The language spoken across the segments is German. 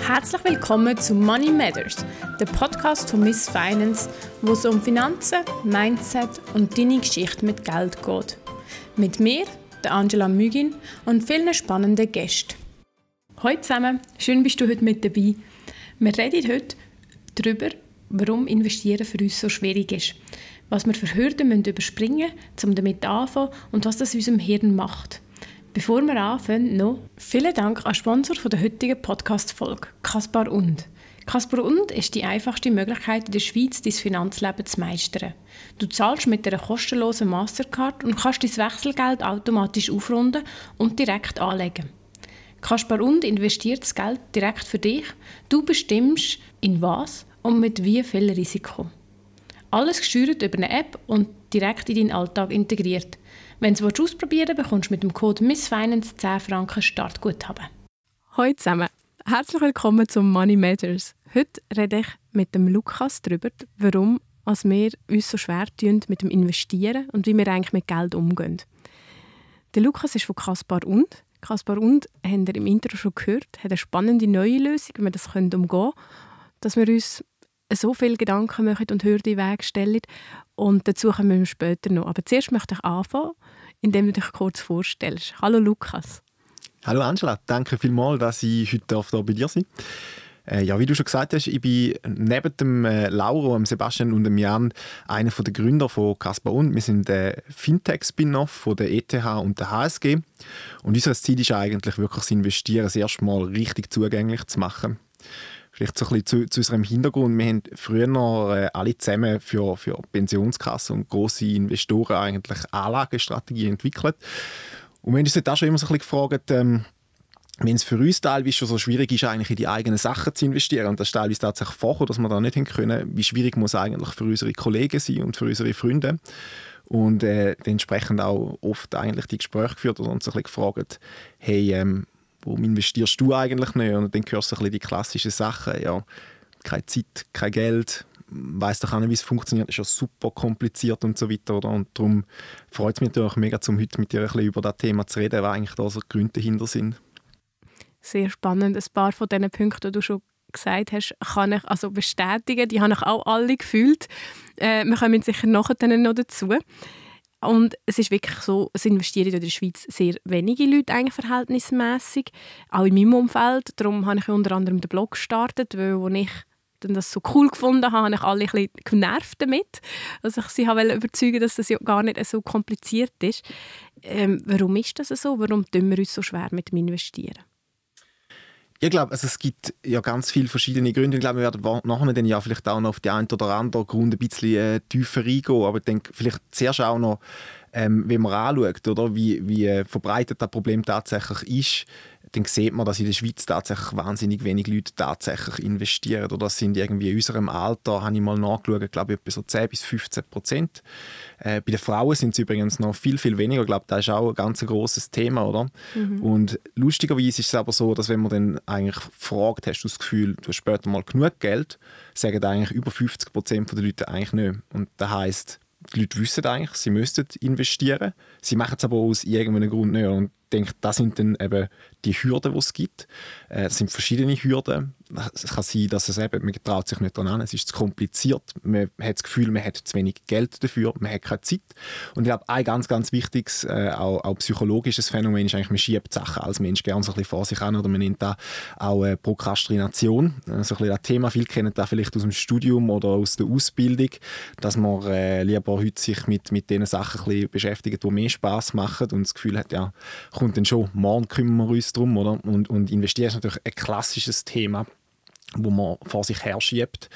Herzlich willkommen zu Money Matters, der Podcast von Miss Finance, wo es um Finanzen, Mindset und deine Geschichte mit Geld geht. Mit mir, der Angela Mügin und vielen spannenden Gästen. Hallo zusammen, schön bist du heute mit dabei. Wir reden heute darüber, warum Investieren für uns so schwierig ist, was wir für Hürden überspringen müssen, um damit anzufangen und was das in unserem Hirn macht. Bevor wir anfangen, noch vielen Dank an den Sponsor der heutigen Podcast-Folge, Kaspar & Kaspar & ist die einfachste Möglichkeit in der Schweiz, dein Finanzleben zu meistern. Du zahlst mit einer kostenlosen Mastercard und kannst dein Wechselgeld automatisch aufrunden und direkt anlegen. Kaspar & investiert das Geld direkt für dich. Du bestimmst, in was und mit wie viel Risiko. Alles gesteuert über eine App und direkt in deinen Alltag integriert. Wenn du es ausprobieren willst, bekommst du mit dem Code MissFinance 10 Franken Startguthaben. Hallo zusammen, herzlich willkommen zum Money Matters. Heute rede ich mit dem Lukas darüber, warum wir uns so schwer tun mit dem Investieren und wie wir eigentlich mit Geld umgehen. Der Lukas ist von Kaspar & Kaspar & habt ihr im Intro schon gehört, hat eine spannende neue Lösung, wie wir das umgehen können, dass wir uns so viele Gedanken machen und Hürden in den Weg stellen. Und dazu kommen wir später noch. Aber zuerst möchte ich anfangen, indem du dich kurz vorstellst. Hallo Lukas. Hallo Angela, danke vielmals, dass ich heute hier bei dir sein darf. Ja, wie du schon gesagt hast, ich bin neben dem Lauro, dem Sebastian und dem Jan einer der Gründer von Kaspar & Wir sind der Fintech-Spin-Off von der ETH und der HSG. Und unser Ziel ist eigentlich wirklich, das Investieren das erste Mal richtig zugänglich zu machen. Vielleicht so ein bisschen zu unserem Hintergrund. Wir haben früher alle zusammen für Pensionskassen und grosse Investoren eigentlich Anlagestrategien entwickelt. Und wir haben uns dort auch schon immer so ein bisschen gefragt, wenn es für uns teilweise schon so schwierig ist, eigentlich in die eigenen Sachen zu investieren, und das ist teilweise tatsächlich vorher, dass wir da nicht hin können, wie schwierig muss es eigentlich für unsere Kollegen sein und für unsere Freunde. Und entsprechend auch oft eigentlich die Gespräche geführt und uns so ein bisschen gefragt, hey, warum investierst du eigentlich nicht? Und dann hörst du so ein bisschen die klassischen Sachen, ja, keine Zeit, kein Geld, weiss doch auch nicht, wie es funktioniert, ist ja super kompliziert und so weiter. Oder? Und darum freut es mich natürlich mega, um heute mit dir ein bisschen über das Thema zu reden, was eigentlich da so die Gründe dahinter sind. Sehr spannend. Ein paar von diesen Punkten, die du schon gesagt hast, kann ich also bestätigen. Die habe ich auch alle gefühlt. Wir kommen sicher nachher noch dazu. Und es ist wirklich so, es investieren in der Schweiz sehr wenige Leute eigentlich verhältnismäßig, auch in meinem Umfeld. Darum habe ich unter anderem den Blog gestartet, weil als ich dann das so cool gefunden habe ich alle ein bisschen genervt damit. Also ich sie wollte überzeugen, dass das ja gar nicht so kompliziert ist. Warum ist das so? Warum tun wir uns so schwer mit dem Investieren? Ich glaube, es gibt ja ganz viele verschiedene Gründe. Ich glaube, wir werden nachher dann ja vielleicht auch noch auf die einen oder anderen Grund ein bisschen tiefer eingehen. Aber ich denke, vielleicht zuerst auch noch, wenn man anschaut, oder, wie verbreitet das Problem tatsächlich ist, dann sieht man, dass in der Schweiz tatsächlich wahnsinnig wenig Leute tatsächlich investieren. Oder das sind irgendwie in unserem Alter, habe ich mal nachgeschaut, ich glaube etwa so 10-15%. Bei den Frauen sind es übrigens noch viel, viel weniger. Ich glaube, das ist auch ein ganz grosses Thema, oder? Mhm. Und lustigerweise ist es aber so, dass wenn man dann eigentlich fragt, hast du das Gefühl, du hast später mal genug Geld, sagen eigentlich über 50% der Leute eigentlich nicht. Und das heisst, die Leute wissen eigentlich, sie müssten investieren. Sie machen es aber aus irgendeinem Grund nicht. Und ich denke, das sind dann eben die Hürden, die es gibt. Es sind verschiedene Hürden. Es kann sein, dass es eben, man traut sich nicht daran, es ist zu kompliziert. Man hat das Gefühl, man hat zu wenig Geld dafür, man hat keine Zeit. Und ich glaube, ein ganz, ganz wichtiges, auch psychologisches Phänomen ist eigentlich, man schiebt Sachen als Mensch gerne so ein bisschen vor sich an, oder man nennt das auch Prokrastination. So ein bisschen das Thema, viele kennen das vielleicht aus dem Studium oder aus der Ausbildung, dass man lieber heute sich mit den Sachen ein bisschen beschäftigt, die mehr Spass machen und das Gefühl hat, ja, kommt dann schon, morgen kümmern wir uns darum, oder? Und investieren ist natürlich ein klassisches Thema, wo man vor sich her schiebt.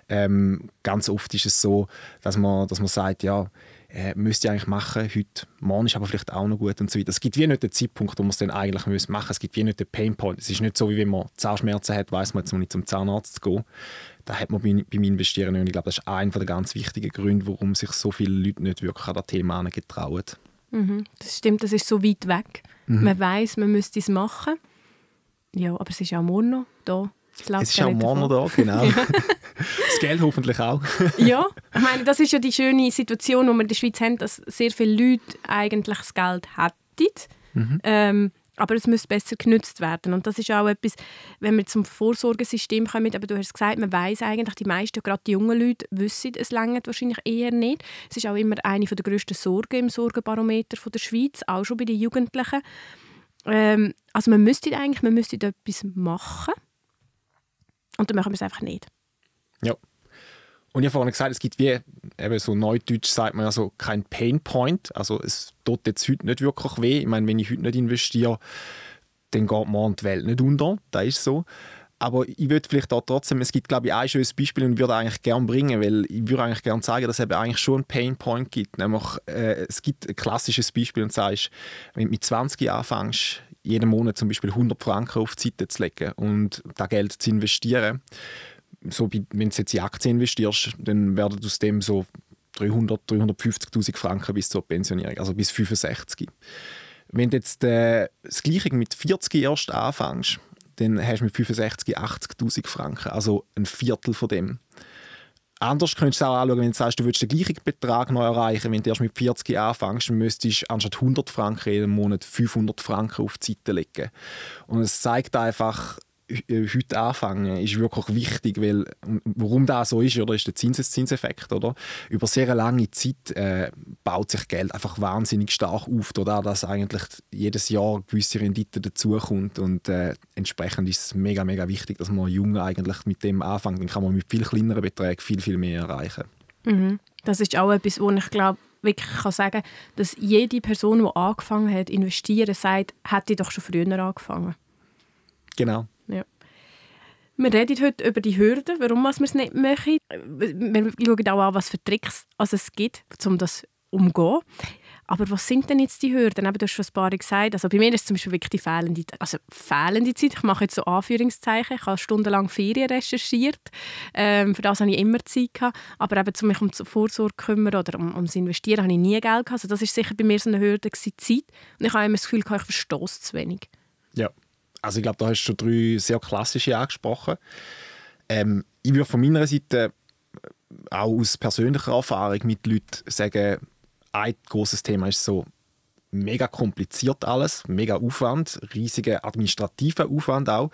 Ganz oft ist es so, dass man sagt, ja, müsste ich eigentlich machen, heute, morgen ist aber vielleicht auch noch gut und so weiter. Es gibt wie nicht den Zeitpunkt, wo man es dann eigentlich machen müsste. Es gibt wie nicht den Painpoint. Es ist nicht so, wie wenn man Zahnschmerzen hat, weiss man jetzt noch nicht zum Zahnarzt zu gehen. Da hat man beim Investieren nicht. Und ich glaube, das ist einer der ganz wichtigen Gründe, warum sich so viele Leute nicht wirklich an das Thema herangetrauen. Mhm, das stimmt, das ist so weit weg. Mhm. Man weiss, man müsste es machen. Ja, aber es ist auch morgen noch da. Es ist auch morgen noch da, genau. Ja. Das Geld hoffentlich auch. Ja, ich meine, das ist ja die schöne Situation, die wir in der Schweiz haben, dass sehr viele Leute eigentlich das Geld hätten. Mhm. Aber es muss besser genutzt werden. Und das ist auch etwas, wenn wir zum Vorsorgesystem kommen, aber du hast gesagt, man weiss eigentlich, die meisten, gerade die jungen Leute, wissen, es reicht wahrscheinlich eher nicht. Es ist auch immer eine der grössten Sorgen im Sorgenbarometer der Schweiz, auch schon bei den Jugendlichen. Also man müsste etwas machen und dann machen wir es einfach nicht. Ja. Und ich habe vorhin gesagt, es gibt wie, eben so neudeutsch sagt man ja so, kein Painpoint. Also es tut jetzt heute nicht wirklich weh. Ich meine, wenn ich heute nicht investiere, dann geht morgen die Welt nicht unter. Das ist so. Aber ich würde vielleicht auch trotzdem, es gibt glaube ich ein schönes Beispiel und würde eigentlich gerne bringen, weil ich würde eigentlich gerne sagen, dass es eben eigentlich schon einen Painpoint gibt. Nämlich, es gibt ein klassisches Beispiel und sagst, wenn du mit 20 anfängst, jeden Monat zum Beispiel 100 Franken auf die Seite zu legen und das Geld zu investieren, so, wenn du jetzt in Aktien investierst, dann werden aus dem so 350'000 Franken bis zur Pensionierung, also bis 65. Wenn du jetzt das Gleiche mit 40 erst anfängst, dann hast du mit 65 80'000 Franken, also ein Viertel von dem. Anders könntest du es auch anschauen, wenn du sagst, du willst den gleichen Betrag noch erreichen, wenn du erst mit 40 anfängst, dann müsstest du anstatt 100 Franken jeden Monat 500 Franken auf die Seite legen. Und es zeigt einfach, heute anfangen ist wirklich wichtig, weil warum das so ist, oder ist der Zinseszinseffekt, oder? Über sehr eine lange Zeit baut sich Geld einfach wahnsinnig stark auf, dadurch, dass eigentlich jedes Jahr eine gewisse Rendite dazukommt und entsprechend ist es mega, mega wichtig, dass man jung eigentlich mit dem anfängt. Dann kann man mit viel kleineren Beträgen viel, viel mehr erreichen. Mhm. Das ist auch etwas, wo ich glaube, wirklich kann sagen, dass jede Person, die angefangen hat, investieren, sagt, hätte ich doch schon früher angefangen. Genau. Ja. Wir reden heute über die Hürden, warum wir es nicht machen. Wir schauen auch an, was für Tricks es gibt, um das zu umgehen. Aber was sind denn jetzt die Hürden? Du hast schon ein paar gesagt. Also bei mir ist es zum Beispiel wirklich die fehlende Zeit. Ich mache jetzt so Anführungszeichen. Ich habe stundenlang Ferien recherchiert. Für das hatte ich immer Zeit gehabt. Aber eben, um mich um die Vorsorge zu kümmern oder ums Investieren, habe ich nie Geld gehabt. Also das war sicher bei mir so eine Hürde, Zeit. Und ich habe immer das Gefühl, ich verstehe es zu wenig. Ja. Also ich glaube, da hast du schon 3 sehr klassische angesprochen. Ich würde von meiner Seite auch aus persönlicher Erfahrung mit Leuten sagen, ein grosses Thema ist so mega kompliziert alles, mega Aufwand, riesiger administrativer Aufwand auch.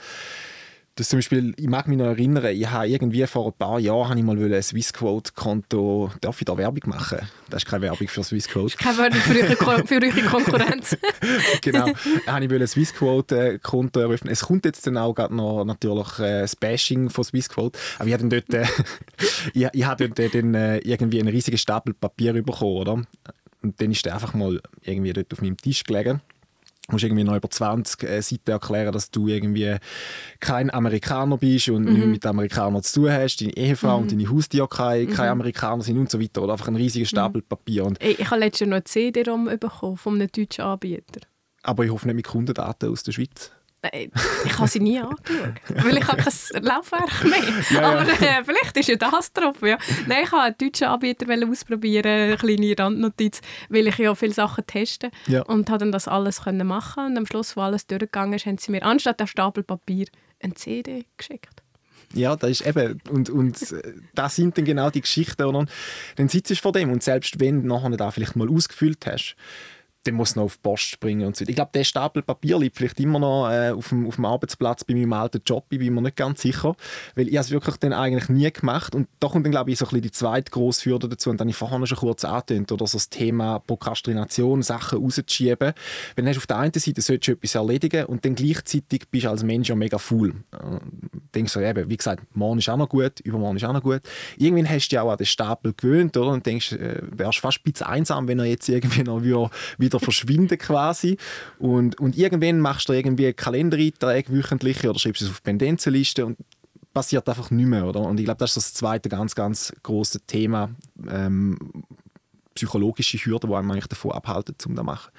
Das zum Beispiel, ich mag mich noch erinnern, ich habe irgendwie vor ein paar Jahren mal ein Swissquote-Konto, darf ich da Werbung machen? Das ist keine Werbung für Swissquote. Das ist keine Werbung für eure Konkurrenz. Genau, habe ich ein Swissquote-Konto eröffnen. Es kommt jetzt dann auch noch natürlich das Bashing von Swissquote, aber ich habe dann dort, ich habe dort dann irgendwie einen riesigen Stapel Papier bekommen, oder? Und dann ist der einfach mal irgendwie dort auf meinem Tisch gelegen. Du musst irgendwie noch über 20 Seiten erklären, dass du irgendwie kein Amerikaner bist und nichts mit Amerikanern zu tun hast. Deine Ehefrau und deine Haustiere keine Amerikaner sind und so weiter. Oder einfach ein riesiger Stapel Papier. Und ich habe letztens noch eine CD-ROM bekommen von einem deutschen Anbieter. Aber ich hoffe nicht mit Kundendaten aus der Schweiz. Ich habe sie nie angeschaut, weil ich habe kein Laufwerk mehr. Aber vielleicht ist ja das drauf. Ja. Nein, ich wollte einen deutschen Anbieter ausprobieren, eine kleine Randnotiz, weil ich ja viele Sachen teste und habe dann das alles machen. Und am Schluss, wo alles durchgegangen ist, haben sie mir anstatt der Stapel Papier eine CD geschickt. Ja, das ist eben, und das sind dann genau die Geschichten, oder? Dann sitzt du vor dem und selbst wenn du nachher da vielleicht mal ausgefüllt hast, dann muss noch auf die Post springen und so. Ich glaube, der Stapel Papier liegt vielleicht immer noch auf dem Arbeitsplatz bei meinem alten Job. Ich bin mir nicht ganz sicher, weil ich es wirklich dann eigentlich nie gemacht. Und da kommt dann, glaube ich, so ein bisschen die zweite grosse Hürde dazu. Und dann habe ich vorhin schon kurz angetönt, oder so das Thema Prokrastination, Sachen rauszuschieben. Weil dann hast du auf der einen Seite solltest du etwas erledigen und dann gleichzeitig bist du als Mensch ja mega faul. Denkst du eben, wie gesagt, morgen ist auch noch gut, übermorgen ist auch noch gut. Irgendwann hast du dich auch an den Stapel gewöhnt, oder? Und denkst, wärst fast ein bisschen einsam, wenn er jetzt irgendwie noch wieder verschwinden quasi. Und irgendwann machst du irgendwie Kalendereinträge wöchentlich oder schreibst es auf Pendenzenliste und passiert einfach nicht mehr. Oder? Und ich glaube, das ist das zweite ganz, ganz grosse Thema, psychologische Hürden, die einem eigentlich davon abhalten, um das zu machen.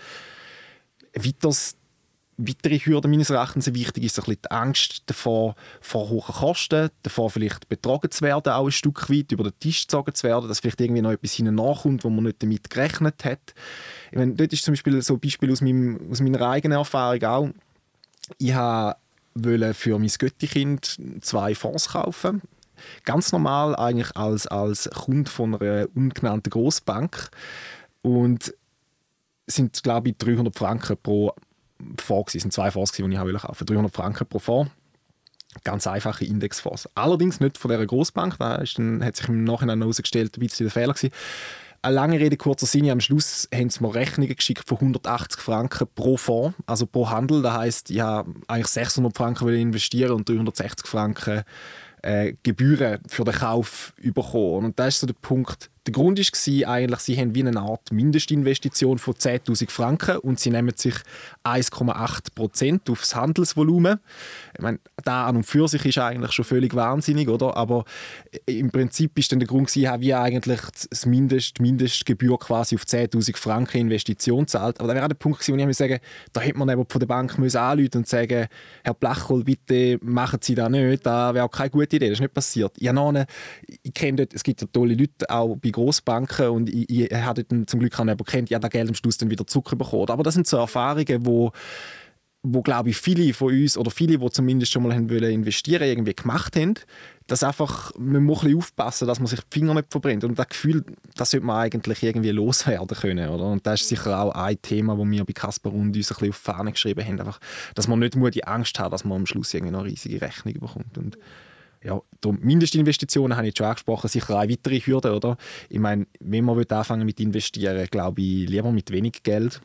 Weitere Hürden meines Erachtens sind wichtig, ist so ein bisschen die Angst davor, vor hohen Kosten, davor vielleicht betrogen zu werden, auch ein Stück weit über den Tisch gezogen zu werden, dass vielleicht irgendwie noch etwas hinten nachkommt, wo man nicht damit gerechnet hat. Ich meine, dort ist zum Beispiel so ein Beispiel aus meiner eigenen Erfahrung auch. Ich wollte für mein Göttikind 2 Fonds kaufen. Ganz normal eigentlich als Kunde von einer ungenannten Grossbank. Und es sind, glaube ich, 300 Franken pro Fonds. Es sind 2 Fonds, die ich kaufen wollte. 300 Franken pro Fonds. Ganz einfache Indexfonds. Allerdings nicht von dieser Grossbank. Da hat sich im Nachhinein herausgestellt, ein bisschen der Fehler gewesen. Eine lange Rede, kurzer Sinn. Am Schluss haben sie mir Rechnungen geschickt von 180 Franken pro Fonds, also pro Handel. Das heisst, ich habe eigentlich 600 Franken investieren und 360 Franken Gebühren für den Kauf bekommen. Und das ist so der Punkt. Der Grund war eigentlich, sie haben wie eine Art Mindestinvestition von 10'000 Franken und sie nehmen sich 1,8% aufs Handelsvolumen. Ich meine, da an und für sich ist eigentlich schon völlig wahnsinnig, oder? Aber im Prinzip ist dann der Grund gewesen, wie eigentlich die Mindestgebühr quasi auf 10'000 Franken Investition zahlt. Aber da wäre auch der Punkt gewesen, wo ich sagen, da hätte man eben von der Bank anrufen und sagen, Herr Blachol, bitte machen Sie das nicht. Das wäre auch keine gute Idee. Das ist nicht passiert. Ich kenne dort, es gibt ja tolle Leute auch bei Grossbanken und ich habe dort zum Glück auch jemanden kennt, das Geld am Schluss dann wieder zurückbekommen. Aber das sind so Erfahrungen, wo glaube ich viele von uns oder viele, die zumindest schon mal investieren wollen, irgendwie gemacht haben, dass einfach, man muss ein bisschen aufpassen, dass man sich die Finger nicht verbrennt. Und das Gefühl, das sollte man eigentlich irgendwie loswerden können. Oder? Und das ist sicher auch ein Thema, das wir bei Kasper und uns ein bisschen auf die Fahne geschrieben haben, einfach, dass man nicht die Angst hat, dass man am Schluss irgendwie noch eine riesige Rechnung bekommt. Und ja, die Mindestinvestitionen habe ich schon angesprochen, sicher auch weitere Hürden, oder? Ich meine, wenn man anfangen mit investieren, glaube ich, lieber mit wenig Geld.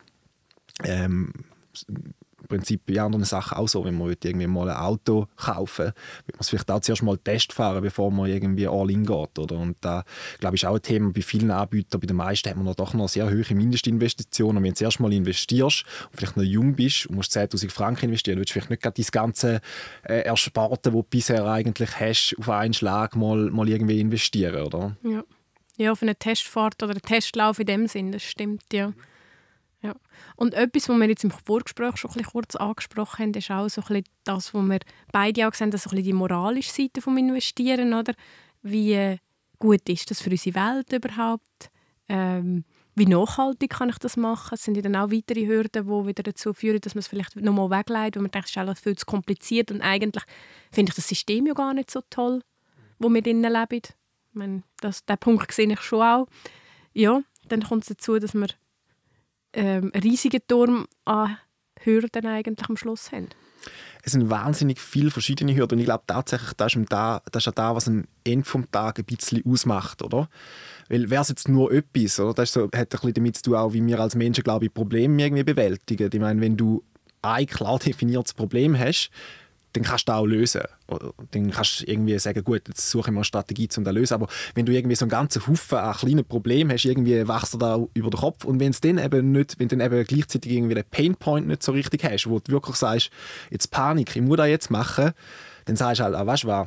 Im Prinzip bei anderen Sachen auch so, wenn man irgendwie mal ein Auto kaufen will, wird man es vielleicht auch zuerst mal Test fahren, bevor man irgendwie all-in geht, oder? Und da, glaube ich, ist auch ein Thema bei vielen Anbietern, bei den meisten hat man doch noch sehr hohe Mindestinvestitionen. Und wenn du zuerst mal investierst und vielleicht noch jung bist und musst 10'000 Franken investieren, willst du vielleicht nicht gerade dein ganze Ersparte, das du bisher eigentlich hast, auf einen Schlag mal irgendwie investieren, oder? Ja, auf eine Testfahrt oder einen Testlauf in dem Sinn, das stimmt, ja. Ja. Und etwas, was wir jetzt im Vorgespräch schon ein bisschen kurz angesprochen haben, ist auch so ein bisschen das, was wir beide auch sehen, dass so ein bisschen die moralische Seite des Investieren, oder? Wie gut ist das für unsere Welt überhaupt? Wie nachhaltig kann ich das machen? Es sind ja dann auch weitere Hürden, die wieder dazu führen, dass man es vielleicht nochmal wegleitet, wo man denkt, es ist alles viel zu kompliziert und eigentlich finde ich das System ja gar nicht so toll, wo wir drinnen leben. Ich meine, diesen Punkt sehe ich schon auch. Ja, dann kommt es dazu, dass wir einen riesigen Turm an Hürden eigentlich am Schluss haben. Es sind wahnsinnig viele verschiedene Hürden. Und ich glaube tatsächlich, das ist ja das, was am Ende des Tages ein bisschen ausmacht, oder? Weil wäre es jetzt nur etwas, oder? Das hat ein bisschen damit zu tun, auch wie wir als Menschen, glaube ich, Probleme irgendwie bewältigen. Ich meine, wenn du ein klar definiertes Problem hast, dann kannst du das auch lösen. Dann kannst du irgendwie sagen, gut, jetzt suche ich mal eine Strategie, um das zu lösen. Aber wenn du irgendwie so einen ganzen Haufen an kleinen Problemen hast, irgendwie wächst dir da über den Kopf. Und wenn du dann eben gleichzeitig irgendwie den Painpoint nicht so richtig hast, wo du wirklich sagst, jetzt Panik, ich muss das jetzt machen, dann sagst du halt, weißt du was,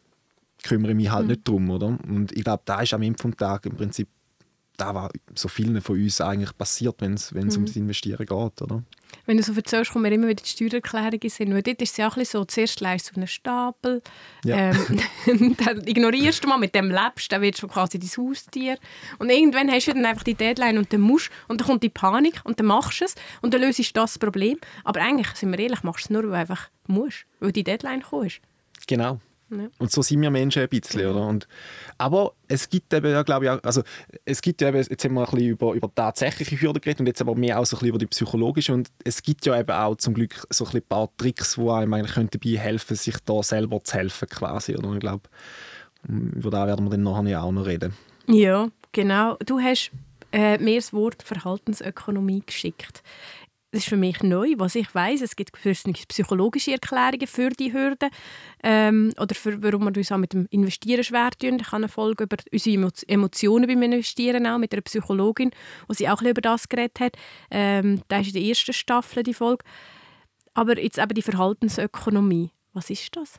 kümmere mich halt nicht drum, oder? Und ich glaube, da ist am Ende des Tages im Prinzip das, was so vielen von uns eigentlich passiert, wenn es ums Investieren geht, oder? Wenn du so erzählst, kommen mir immer wieder die Steuererklärungen sind. Weil dort ist es ja auch ein bisschen so, zuerst leistest du einen Stapel, ja. Dann ignorierst du mal, mit dem lebst, dann wird schon quasi dein Haustier. Und irgendwann hast du dann einfach die Deadline und dann musst und dann kommt die Panik und dann machst du es und dann löst du das Problem. Aber eigentlich, sind wir ehrlich, machst du es nur, weil du einfach musst, weil die Deadline kommt. Genau. Ja. Und so sind wir Menschen ein bisschen, oder? Aber es gibt eben, ja, glaube ich, auch, also es gibt ja eben, jetzt haben wir ein bisschen über tatsächliche Hürden geredet und jetzt aber mehr auch so ein bisschen über die psychologische und es gibt ja eben auch zum Glück so ein paar Tricks, die einem eigentlich dabei helfen, sich da selber zu helfen quasi, oder? Ich glaube, über das werden wir dann nachher auch noch reden. Ja, genau. Du hast mir das Wort Verhaltensökonomie geschickt. Das ist für mich neu, was ich weiss. Es gibt psychologische Erklärungen für die Hürden oder für, warum wir uns auch mit dem Investieren schwer tun. Ich habe eine Folge über unsere Emotionen beim Investieren auch mit einer Psychologin, wo sie auch ein bisschen über das geredet hat. Das ist in der ersten Staffel die Folge. Aber jetzt eben die Verhaltensökonomie. Was ist das?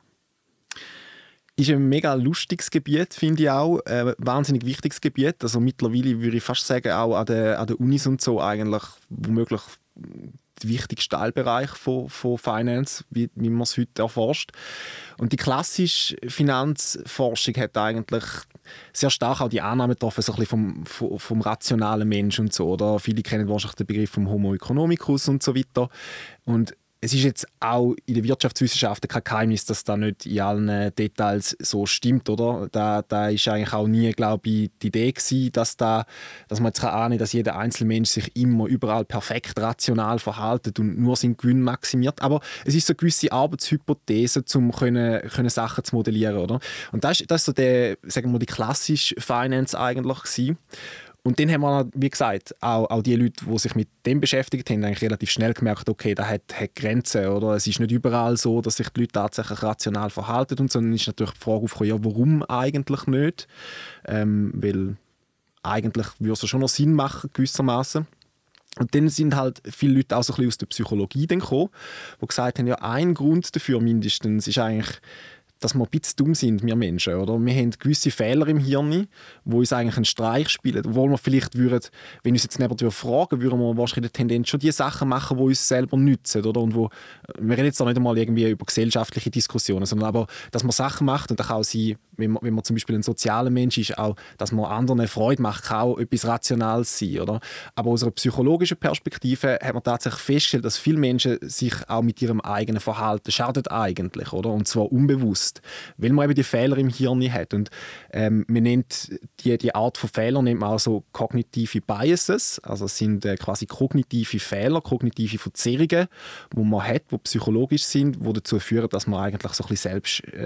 Ist ein mega lustiges Gebiet, finde ich auch. Ein wahnsinnig wichtiges Gebiet. Also mittlerweile würde ich fast sagen, auch an den Unis und so eigentlich womöglich der wichtigste Teilbereich von Finance, wie man es heute erforscht. Und die klassische Finanzforschung hat eigentlich sehr stark auch die Annahme getroffen, so ein bisschen vom rationalen Menschen und so. Oder? Viele kennen wahrscheinlich den Begriff vom Homo economicus und so weiter. Und es ist jetzt auch in den Wirtschaftswissenschaften kein Geheimnis, dass das nicht in allen Details so stimmt, oder? Da ist eigentlich auch nie, glaube ich, die Idee gewesen, dass man jetzt ahnen kann, dass jeder einzelne Mensch sich immer überall perfekt rational verhält und nur seinen Gewinn maximiert. Aber es ist so eine gewisse Arbeitshypothese, um Sachen zu modellieren, oder? Und das ist so sagen wir, die klassische Finance eigentlich gewesen. Und dann haben wir, wie gesagt, auch die Leute, die sich mit dem beschäftigt haben, eigentlich relativ schnell gemerkt, okay, das hat Grenzen. Oder? Es ist nicht überall so, dass sich die Leute tatsächlich rational verhalten. Sondern ist natürlich die Frage aufgekommen, ja, warum eigentlich nicht? Weil eigentlich würde es schon noch Sinn machen, gewissermaßen. Und dann sind halt viele Leute auch so ein bisschen aus der Psychologie gekommen, die gesagt haben, ja, ein Grund dafür mindestens ist eigentlich, dass wir ein bisschen dumm sind, wir Menschen. Oder? Wir haben gewisse Fehler im Hirn, die uns eigentlich einen Streich spielen. Obwohl wir vielleicht würden, wenn uns jetzt jemand fragen würden wir wahrscheinlich in der Tendenz schon die Sachen machen, die uns selber nützen. Oder? Und wir reden jetzt auch nicht einmal irgendwie über gesellschaftliche Diskussionen, sondern aber, dass man Sachen macht. Und das kann auch sein, wenn man zum Beispiel ein sozialer Mensch ist, auch, dass man anderen Freude macht, kann auch etwas Rationales sein. Oder? Aber aus einer psychologischen Perspektive hat man tatsächlich festgestellt, dass viele Menschen sich auch mit ihrem eigenen Verhalten schaden eigentlich. Oder? Und zwar unbewusst. Weil man eben die Fehler im Hirn hat. Und man nennt die Art von Fehlern nennt man auch so kognitive Biases. Also es sind quasi kognitive Fehler, kognitive Verzerrungen, die man hat, die psychologisch sind, die dazu führen, dass man eigentlich so ein bisschen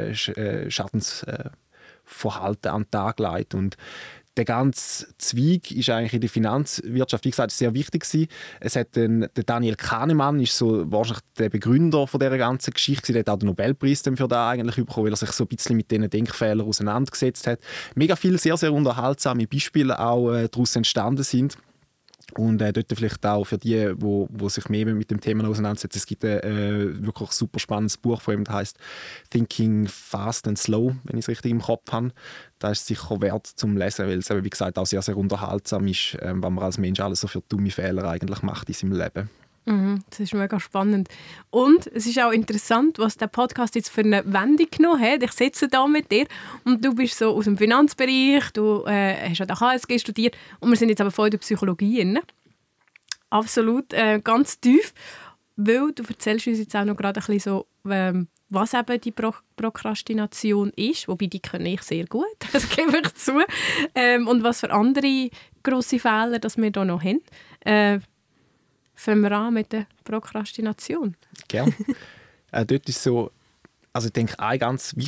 Selbstschadensverhalten an den Tag legt. Und der ganze Zweig ist eigentlich in der Finanzwirtschaft, wie gesagt, sehr wichtig gewesen. Es hat der Daniel Kahnemann ist so wahrscheinlich der Begründer von dieser ganzen Geschichte. Der hat auch den Nobelpreis für das eigentlich bekommen, weil er sich so ein bisschen mit diesen Denkfehlern auseinandergesetzt hat. Mega viele sehr, sehr unterhaltsame Beispiele auch daraus entstanden sind. Und dort vielleicht auch für die, die sich mehr mit dem Thema auseinandersetzen. Es gibt ein wirklich super spannendes Buch von ihm, das heisst «Thinking Fast and Slow», wenn ich es richtig im Kopf habe. Das ist sicher wert zum Lesen, weil es, wie gesagt, auch sehr, sehr unterhaltsam ist, was man als Mensch alles so für dumme Fehler eigentlich macht in seinem Leben. Das ist mega spannend. Und es ist auch interessant, was der Podcast jetzt für eine Wendung genommen hat. Ich sitze da mit dir und du bist so aus dem Finanzbereich, du hast an der HSG studiert und wir sind jetzt aber voll in der Psychologie drin. Absolut, ganz tief. Weil du erzählst uns jetzt auch noch gerade ein bisschen so, was eben die Prokrastination ist, wobei die kenne ich sehr gut, das gebe ich zu. Und was für andere grosse Fehler dass wir da noch haben. Fangen wir an mit der Prokrastination. Gerne. Dort ist so, also ich denke, eine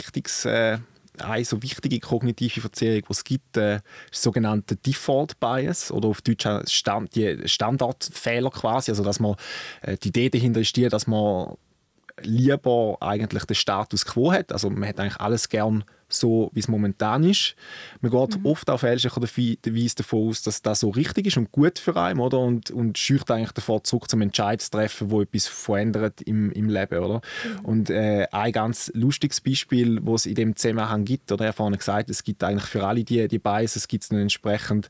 so wichtige kognitive Verzerrung, die es gibt, ist der sogenannte Default Bias oder auf Deutsch die Standardfehler quasi. Also dass man, die Idee dahinter ist die, dass man lieber eigentlich den Status quo hat. Also man hat eigentlich alles gern so, wie es momentan ist. Man geht oft auf fälschlicherweise davon aus, dass das so richtig ist und gut für einen, oder? Und scheucht eigentlich davor zurück zum Entscheid zu treffen, wo etwas verändert im Leben, oder? Und ein ganz lustiges Beispiel, das es in dem Zusammenhang gibt, oder? Ich habe vorhin gesagt, es gibt eigentlich für alle die Biases gibt es dann entsprechend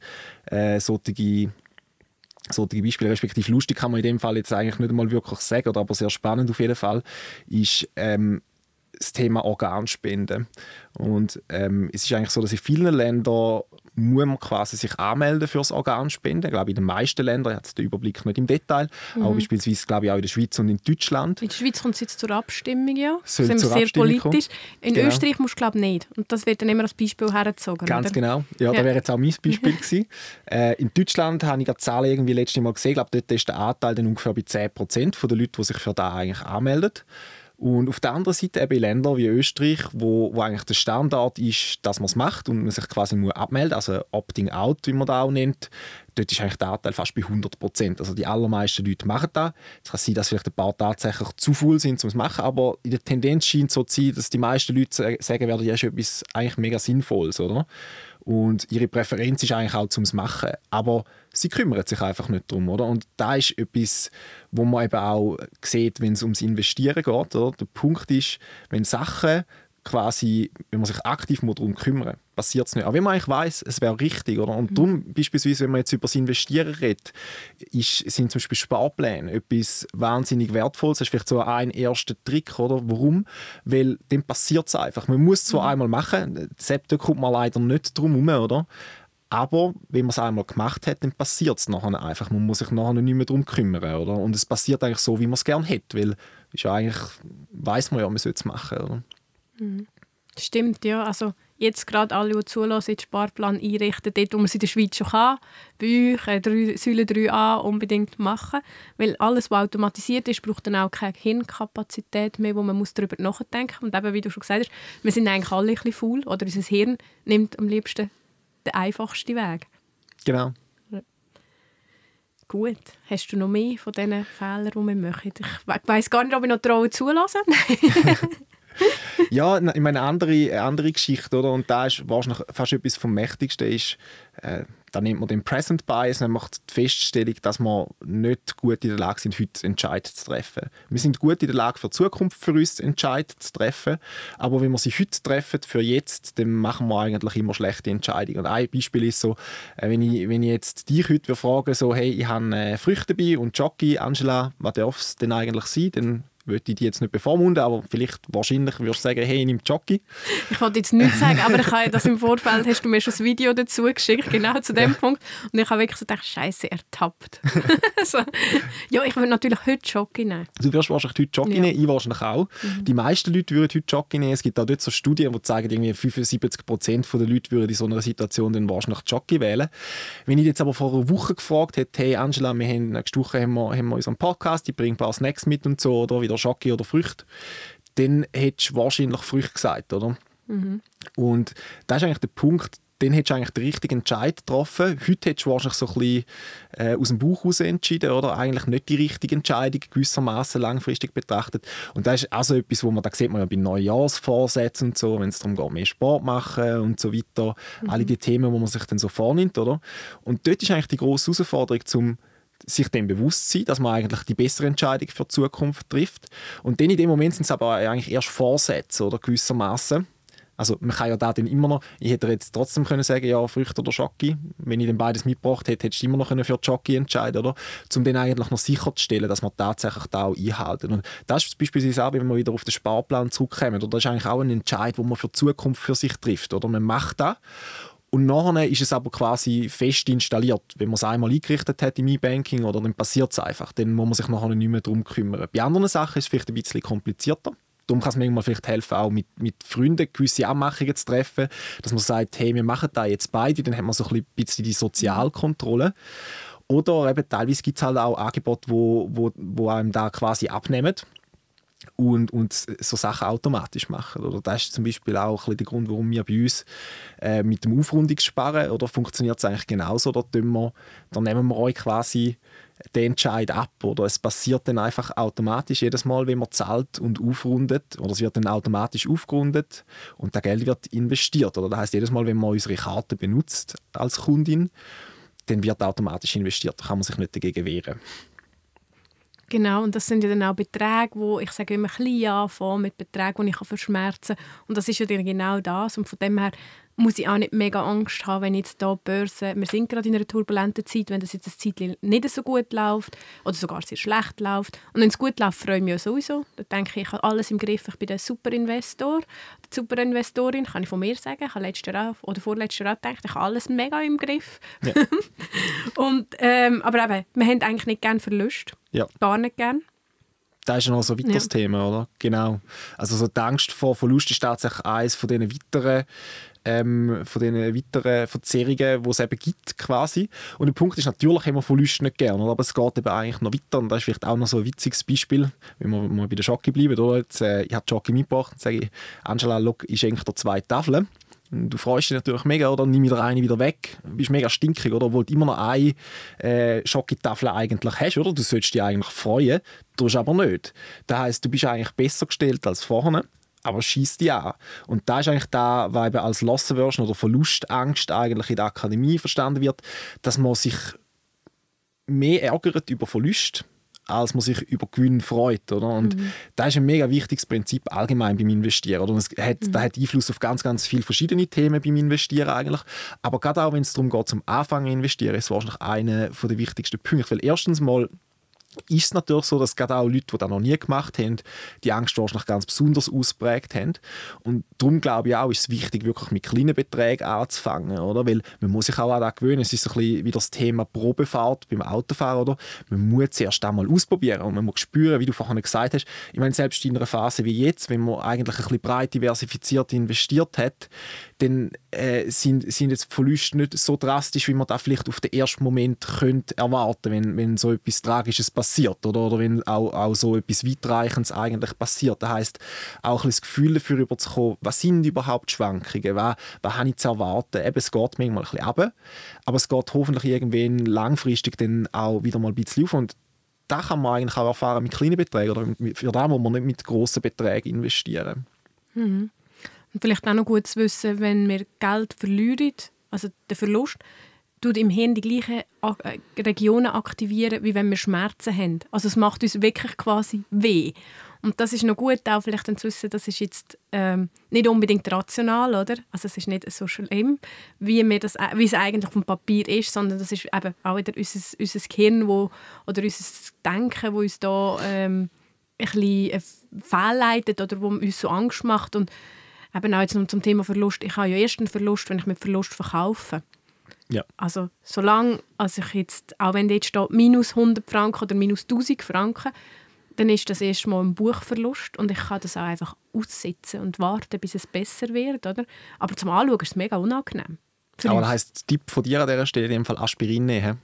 solche Beispiele, respektive lustig kann man in dem Fall jetzt eigentlich nicht einmal wirklich sagen, aber sehr spannend auf jeden Fall, ist das Thema Organspende. Und es ist eigentlich so, dass in vielen Ländern muss man quasi sich anmelden für das Organspenden. Ich glaube, in den meisten Ländern, ich habe den Überblick nicht im Detail, aber beispielsweise glaube ich auch in der Schweiz und in Deutschland. In der Schweiz kommt es jetzt zur Abstimmung, ja. Sind wir sehr politisch. In genau. Österreich musst du glaube ich nicht. Und das wird dann immer als Beispiel hergezogen. Ganz oder? genau. Ja, das wäre jetzt auch mein Beispiel gewesen. In Deutschland habe ich die Zahlen irgendwie letztes Mal gesehen. Ich glaube, dort ist der Anteil dann ungefähr bei 10% der Leute, die sich für das eigentlich anmelden. Und auf der anderen Seite eben in Ländern wie Österreich, wo eigentlich der Standard ist, dass man es macht und man sich quasi nur abmelden, also Opting Out, wie man das auch nennt, dort ist eigentlich der Anteil fast bei 100%. Also die allermeisten Leute machen das. Es kann sein, dass vielleicht ein paar tatsächlich zu faul sind, um es zu machen, aber in der Tendenz scheint es so zu sein, dass die meisten Leute sagen werden, ja, ist etwas eigentlich mega Sinnvolles, oder? Und ihre Präferenz ist eigentlich auch zum Machen. Aber sie kümmern sich einfach nicht darum, oder? Und da ist etwas, wo man eben auch sieht, wenn es ums Investieren geht. Oder? Der Punkt ist, wenn Sachen quasi, wenn man sich aktiv darum kümmern, passiert es nicht. Aber wenn man eigentlich weiss, es wäre richtig, oder? Und darum, beispielsweise, wenn man jetzt über das Investieren redet, sind zum Beispiel Sparpläne etwas wahnsinnig Wertvolles. Das ist vielleicht so ein erster Trick, oder? Warum? Weil dann passiert es einfach. Man muss es zwar einmal machen, da kommt man leider nicht drum herum, oder? Aber wenn man es einmal gemacht hat, dann passiert es nachher einfach. Man muss sich nachher nicht mehr darum kümmern. Oder? Und es passiert eigentlich so, wie man es gerne hätte. Weil ist ja eigentlich, weiss man ja, man sollte es machen. Oder? Stimmt, ja. Also jetzt gerade alle, die zulassen, den Sparplan einrichten, dort, wo man es in der Schweiz schon kann, bei euch Säule 3a unbedingt machen. Weil alles, was automatisiert ist, braucht dann auch keine Hirnkapazität mehr, wo man darüber nachdenken muss. Und eben, wie du schon gesagt hast, wir sind eigentlich alle ein bisschen faul. Oder unser Hirn nimmt am liebsten den einfachsten Weg. Genau. Gut. Hast du noch mehr von diesen Fehlern, die wir machen? Ich weiss gar nicht, ob ich noch traue zulassen. Ja, ich meine, eine andere Geschichte, oder? Und da ist wahrscheinlich fast etwas vom Mächtigsten, ist, da nennt man den Present Bias, nämlich die Feststellung, dass wir nicht gut in der Lage sind, heute Entscheidungen zu treffen. Wir sind gut in der Lage, für die Zukunft für uns Entscheidungen zu treffen, aber wenn wir sie heute treffen, für jetzt, dann machen wir eigentlich immer schlechte Entscheidungen. Und ein Beispiel ist so, wenn ich jetzt dich heute frage, so, hey, ich habe Früchte dabei und Jockey, Angela, was darf es denn eigentlich sein? Dann würde ich die jetzt nicht bevormunden, aber wahrscheinlich würdest du sagen, hey, nimm Jockey. Ich wollte jetzt nichts sagen, aber ich habe das im Vorfeld, hast du mir schon ein Video dazu geschickt, genau zu dem Punkt. Und ich habe wirklich so gedacht, Scheiße, ertappt. So. Ja, ich würde natürlich heute Jockey nehmen. Du wirst wahrscheinlich heute Jockey nehmen, ich wahrscheinlich auch. Die meisten Leute würden heute Jockey nehmen. Es gibt auch dort so Studien, die zeigen, irgendwie 75% der Leute würden in so einer Situation dann wahrscheinlich Jockey wählen. Wenn ich jetzt aber vor einer Woche gefragt hätte, hey Angela, nächste Woche haben wir unseren Podcast, ich bringe ein paar Snacks mit und so, oder wieder Jockey oder Früchte, dann hättest du wahrscheinlich Früchte gesagt, oder? Und das ist eigentlich der Punkt, dann hättest du eigentlich den richtigen Entscheid getroffen. Heute hättest du wahrscheinlich so ein bisschen aus dem Bauch heraus entschieden, oder? Eigentlich nicht die richtige Entscheidung, gewissermaßen langfristig betrachtet. Und das ist also etwas, wo man, da sieht man ja bei Neujahrsvorsätzen und so, wenn es darum geht, mehr Sport machen und so weiter. Alle die Themen, die man sich dann so vornimmt, oder? Und dort ist eigentlich die grosse Herausforderung, sich dem bewusst sein, dass man eigentlich die bessere Entscheidung für die Zukunft trifft. Und dann in dem Moment sind es aber eigentlich erst Vorsätze, oder gewissermaßen. Also man kann ja da dann immer noch, ich hätte jetzt trotzdem können sagen, ja, Früchte oder Jockey. Wenn ich dann beides mitgebracht hätte, hättest du immer noch für Jockey entscheiden, oder? Um dann eigentlich noch sicherzustellen, dass man tatsächlich da auch einhalten. Und das ist beispielsweise auch, wenn wir wieder auf den Sparplan zurückkommen, oder? Das ist eigentlich auch ein Entscheid, den man für die Zukunft für sich trifft, oder? Man macht das. Und nachher ist es aber quasi fest installiert. Wenn man es einmal eingerichtet hat im E-Banking, oder, dann passiert es einfach. Dann muss man sich nachher nicht mehr darum kümmern. Bei anderen Sachen ist es vielleicht ein bisschen komplizierter. Darum kann es manchmal vielleicht helfen, auch mit Freunden gewisse Abmachungen zu treffen, dass man sagt, hey, wir machen das jetzt beide, dann hat man so ein bisschen die Sozialkontrolle. Oder eben teilweise gibt es halt auch Angebote, wo einem da quasi abnehmen. Und so Sachen automatisch machen. Oder das ist zum Beispiel auch ein bisschen der Grund, warum wir bei uns mit dem Aufrundungssparen, oder funktioniert es eigentlich genauso, da nehmen wir euch quasi den Entscheid ab. Oder es passiert dann einfach automatisch jedes Mal, wenn man zahlt und aufrundet, oder es wird dann automatisch aufgerundet und das Geld wird investiert. Oder das heisst, jedes Mal, wenn man unsere Karte benutzt als Kundin, dann wird automatisch investiert. Da kann man sich nicht dagegen wehren. Genau, und das sind ja dann auch Beträge, wo ich sage immer klein anfangen, mit Beträgen, die ich verschmerzen kann. Und das ist ja dann genau das. Und von dem her muss ich auch nicht mega Angst haben, wenn jetzt hier die Börse, wir sind gerade in einer turbulenten Zeit, wenn das jetzt eine Zeit nicht so gut läuft oder sogar sehr schlecht läuft. Und wenn es gut läuft, freue ich mich ja sowieso. Dann denke ich, ich habe alles im Griff, ich bin der Superinvestor. Die Superinvestorin, kann ich von mir sagen. Ich habe letztes Jahr oder vorletztes Jahr gedacht, ich habe alles mega im Griff. Ja. Und, aber eben, wir haben eigentlich nicht gerne Verlust. Ja. Gar nicht gerne. Das ist ja noch so ein weiteres Thema, oder? Genau. Also so die Angst vor Verlust ist tatsächlich eines von diesen weiteren Verzerrungen, die es eben gibt, quasi. Und der Punkt ist, natürlich haben wir Verluste nicht gerne, aber es geht eben eigentlich noch weiter. Und das ist vielleicht auch noch so ein witziges Beispiel, wenn wir mal bei der Jockey bleiben. Oder? Jetzt, ich habe Jockey mitgebracht und sage, Angela, look, ich schenke dir 2 Tafeln. Du freust dich natürlich mega, oder? Nimm wieder eine wieder weg. Du bist mega stinkig, oder? Obwohl du immer noch eine Schokotafel eigentlich hast, oder? Du solltest dich eigentlich freuen, tust aber nicht. Das heisst, du bist eigentlich besser gestellt als vorher, aber schießt dich an. Und das ist eigentlich da, was eben als Loss Aversion oder Verlustangst eigentlich in der Akademie verstanden wird, dass man sich mehr ärgert über Verluste, als man sich über Gewinn freut. Oder? Und das ist ein mega wichtiges Prinzip allgemein beim Investieren. Oder? Das hat Einfluss auf ganz, ganz viele verschiedene Themen beim Investieren eigentlich. Aber gerade auch, wenn es darum geht, zum Anfangen zu investieren, ist es wahrscheinlich einer der wichtigsten Punkte. Weil erstens mal ist es natürlich so, dass gerade auch Leute, die das noch nie gemacht haben, die Angst wahrscheinlich ganz besonders ausprägt haben. Und darum glaube ich auch, ist es wichtig, wirklich mit kleinen Beträgen anzufangen, oder? Weil man muss sich auch an das gewöhnen. Es ist so ein bisschen wie das Thema Probefahrt beim Autofahren, oder? Man muss zuerst einmal ausprobieren und man muss spüren, wie du vorhin gesagt hast. Ich meine, selbst in einer Phase wie jetzt, wenn man eigentlich ein bisschen breit diversifiziert investiert hat, dann sind jetzt die Verluste nicht so drastisch, wie man das vielleicht auf den ersten Moment könnte erwarten, wenn so etwas Tragisches passiert oder wenn auch so etwas Weitreichendes eigentlich passiert. Das heisst, auch ein bisschen das Gefühl dafür überzukommen, was sind überhaupt Schwankungen, was habe ich zu erwarten. Eben, es geht manchmal ein bisschen runter, aber es geht hoffentlich irgendwann langfristig dann auch wieder mal ein bisschen auf. Und das kann man eigentlich auch erfahren mit kleinen Beträgen. Oder für das muss man nicht mit grossen Beträgen investieren. Mhm. Und vielleicht auch noch gut zu wissen, wenn wir Geld verlieren, also der Verlust, tut im Hirn die gleichen Regionen aktivieren, wie wenn wir Schmerzen haben. Also es macht uns wirklich quasi weh. Und das ist noch gut, auch vielleicht dann zu wissen, das ist jetzt nicht unbedingt rational, oder? Also es ist nicht so schlimm, wie es eigentlich auf dem Papier ist, sondern das ist eben auch wieder unser Gehirn oder unser Denken, wo uns da ein bisschen fehlleitet oder wo uns so Angst macht. Und eben auch jetzt noch zum Thema Verlust. Ich habe ja erst einen Verlust, wenn ich mit Verlust verkaufe. Ja. Also solange ich jetzt, auch wenn jetzt steht minus 100 Franken oder minus 1000 Franken, dann ist das erst mal ein Buchverlust und ich kann das auch einfach aussitzen und warten, bis es besser wird. Oder? Aber zum Anschauen ist es mega unangenehm. Aber das heisst, der Tipp von dir an dieser Stelle in dem Fall Aspirin nehmen.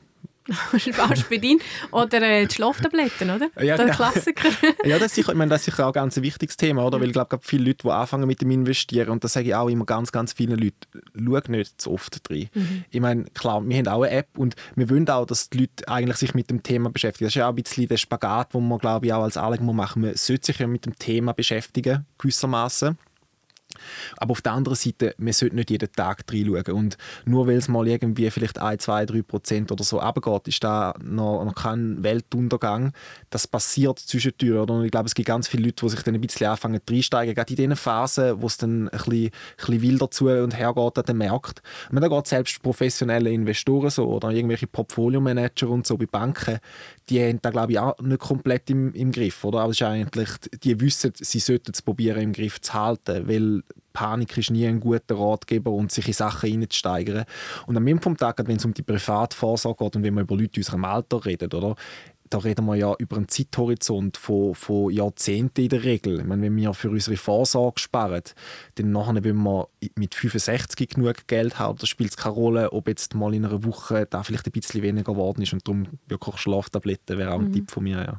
Aspirin oder die Schlaftabletten, oder? Ja, der Klassiker. Ja, das ist sicher auch ein ganz wichtiges Thema, oder? Weil ich glaube, viele Leute, die anfangen mit dem Investieren, und das sage ich auch immer ganz vielen Leuten, schau nicht zu oft rein. Ich meine, klar, wir haben auch eine App und wir wollen auch, dass die Leute eigentlich sich mit dem Thema beschäftigen. Das ist ja auch ein bisschen der Spagat, den man, glaube ich, auch als Anleger machen muss. Man sollte sich ja mit dem Thema beschäftigen, gewissermaßen. Aber auf der anderen Seite, man sollte nicht jeden Tag reinschauen. Und nur weil es mal irgendwie vielleicht 1, 2, 3% oder so runtergeht, ist da noch kein Weltuntergang. Das passiert zwischendurch. Und ich glaube, es gibt ganz viele Leute, die sich dann ein bisschen anfangen reinsteigen, gerade in diesen Phasen, wo es dann ein bisschen wilder zu und her geht an den Markt. Und da geht selbst professionelle Investoren so, oder irgendwelche Portfolio-Manager und so bei Banken, die haben da, glaube ich, auch nicht komplett im Griff. Oder? Aber es ist eigentlich, die wissen, sie sollten es probieren, im Griff zu halten, weil Panik ist nie ein guter Ratgeber und sich in Sachen hineinzusteigern. Und am Ende des Tages, wenn es um die Privatvorsorge geht und wenn wir über Leute in unserem Alter reden, oder? Da reden wir ja über einen Zeithorizont von Jahrzehnten in der Regel. Ich meine, wenn wir für unsere Vorsorge sparen, dann nachher, wenn wir mit 65 genug Geld haben, da spielt es keine Rolle, ob jetzt mal in einer Woche da vielleicht ein bisschen weniger geworden ist. Und darum wirklich Schlaftabletten wäre auch ein Tipp von mir. Ja.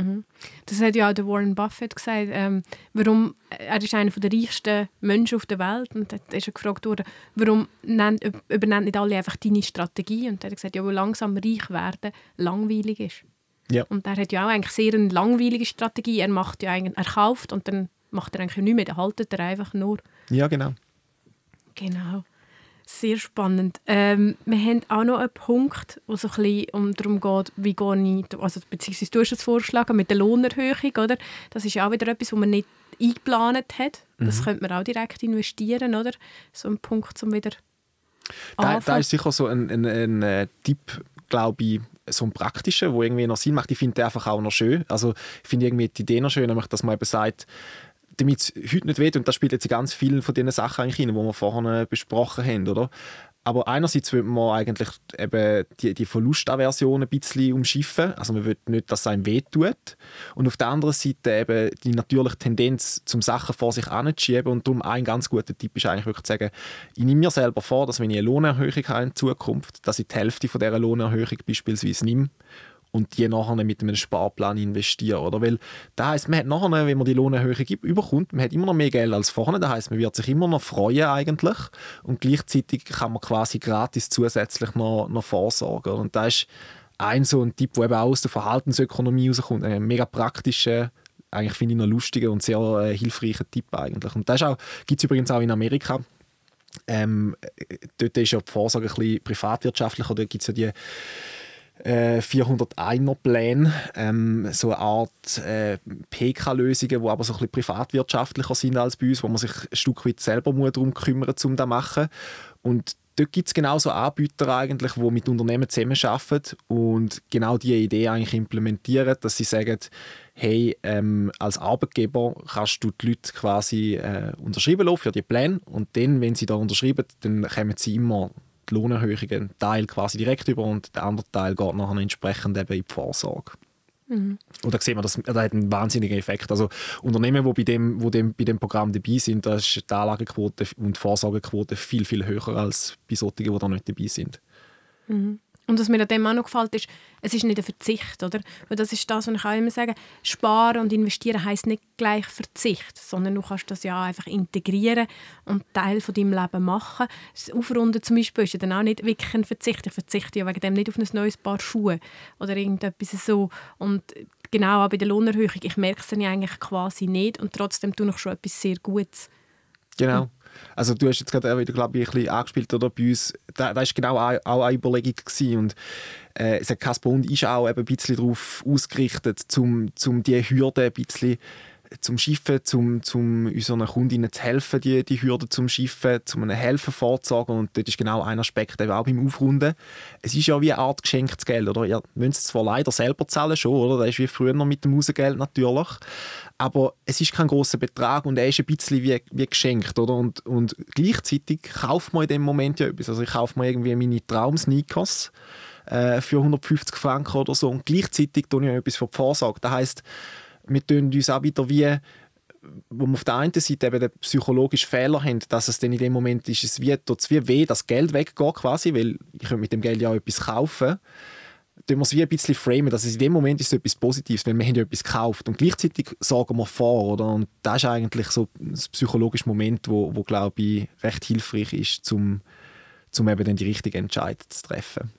Das hat ja auch der Warren Buffett gesagt. Er ist einer der reichsten Menschen auf der Welt. Und da ist er gefragt worden, warum übernehmen nicht alle einfach deine Strategie? Und er hat gesagt, ja, weil langsam reich werden langweilig ist. Ja. Und er hat ja auch eigentlich sehr eine langweilige Strategie. Er kauft und dann macht er eigentlich nichts mehr. Dann haltet er einfach nur. Ja, genau. Genau. Sehr spannend. Wir haben auch noch einen Punkt, wo es so ein bisschen darum geht, wie gehe ich, also beziehungsweise du hast es vorgeschlagen, mit der Lohnerhöhung, oder? Das ist ja auch wieder etwas, was man nicht eingeplant hat. Das könnte man auch direkt investieren, oder? So ein Punkt, um wieder da ist sicher so ein Tipp, glaube ich, so ein praktischer, der irgendwie noch Sinn macht. Ich finde den einfach auch noch schön. Also ich finde irgendwie die Idee noch schön, nämlich, dass man eben sagt, damit es heute nicht weht, und das spielt jetzt in ganz vielen von diesen Sachen eigentlich rein, die wir vorhin besprochen haben, oder? Aber einerseits will man eigentlich eben die Verlustaversion ein bisschen umschiffen. Also man will nicht, dass es einem wehtut. Und auf der anderen Seite eben die natürliche Tendenz, zum Sachen vor sich anzuschieben. Und darum ein ganz guter Tipp ist eigentlich wirklich zu sagen, ich nehme mir selber vor, dass wenn ich eine Lohnerhöhung habe in Zukunft, dass ich die Hälfte von dieser Lohnerhöhung beispielsweise nehme und die nachher mit einem Sparplan investieren. Oder? Weil das heisst, man hat nachher, wenn man die Lohnerhöhung überkommt, man hat immer noch mehr Geld als vorne. Das heisst, man wird sich immer noch freuen eigentlich und gleichzeitig kann man quasi gratis zusätzlich noch vorsorgen. Und das ist so ein Tipp, der eben auch aus der Verhaltensökonomie rauskommt. Ein mega praktischer, eigentlich finde ich noch lustiger und sehr hilfreicher Tipp eigentlich. Und das gibt es übrigens auch in Amerika. Dort ist ja die Vorsorge ein bisschen privatwirtschaftlich, oder gibt es ja 401er-Pläne, so eine Art PK-Lösungen, die aber so ein bisschen privatwirtschaftlicher sind als bei uns, wo man sich ein Stück weit selber darum kümmern muss, um das zu machen. Und dort gibt es genau so Anbieter eigentlich, die mit Unternehmen zusammenarbeiten und genau diese Idee eigentlich implementieren, dass sie sagen, hey, als Arbeitgeber kannst du die Leute quasi unterschreiben lassen für die Pläne und dann, wenn sie da unterschreiben, dann kommen sie immer die Lohnerhöhungen Teil quasi direkt über und der andere Teil geht nachher entsprechend eben in die Vorsorge. Und da sieht man, das hat einen wahnsinnigen Effekt. Also Unternehmen, die bei dem Programm dabei sind, da ist die Anlagequote und die Vorsorgequote viel, viel höher als bei solchen, die da nicht dabei sind. Und was mir an dem auch noch gefällt, ist, es ist nicht ein Verzicht, oder? Weil das ist das, was ich auch immer sage, sparen und investieren heisst nicht gleich Verzicht, sondern du kannst das ja einfach integrieren und Teil von deinem Leben machen. Das Aufrunden zum Beispiel ist ja dann auch nicht wirklich ein Verzicht. Ich verzichte ja wegen dem nicht auf ein neues Paar Schuhe oder irgendetwas so. Und genau auch bei der Lohnerhöhung, ich merke es dann ja eigentlich quasi nicht und trotzdem tue ich schon etwas sehr Gutes. Genau. Also du hast jetzt gerade wieder, glaube ich, ein bisschen angespielt oder bei uns. Da war genau auch eine Überlegung gewesen. Und Casper Bund ist auch eben ein bisschen darauf ausgerichtet, um diese Hürde ein bisschen zum Schiffen, um unseren Kundinnen zu helfen, die Hürde zum Schiffen, um ihnen helfen vorzusorgen. Und das ist genau ein Aspekt eben auch beim Aufrunden. Es ist ja wie eine Art geschenktes Geld, oder? Ihr müsst es zwar leider selber zahlen schon, oder? Das ist wie früher noch mit dem Hausgeld natürlich. Aber es ist kein grosser Betrag und er ist ein bisschen wie geschenkt, oder? Und gleichzeitig kauft man in dem Moment ja etwas. Also ich kaufe mir irgendwie meine Traum-Sneakers für 150 Franken oder so und gleichzeitig tue ich etwas für die Vorsorge. Das heisst, wir tun uns auch wieder wie, wo wir auf der einen Seite eben den psychologischen Fehler haben, dass es dann in dem Moment ist, es wie weh, dass Geld weggeht quasi, weil ich könnte mit dem Geld ja auch etwas kaufen. Tun wir es wie ein bisschen framen, dass es in dem Moment ist etwas Positives, weil wir haben ja etwas gekauft und gleichzeitig sorgen wir vor, oder? Und das ist eigentlich so ein psychologischer Moment, wo glaube ich, recht hilfreich ist, um eben dann die richtigen Entscheidungen zu treffen.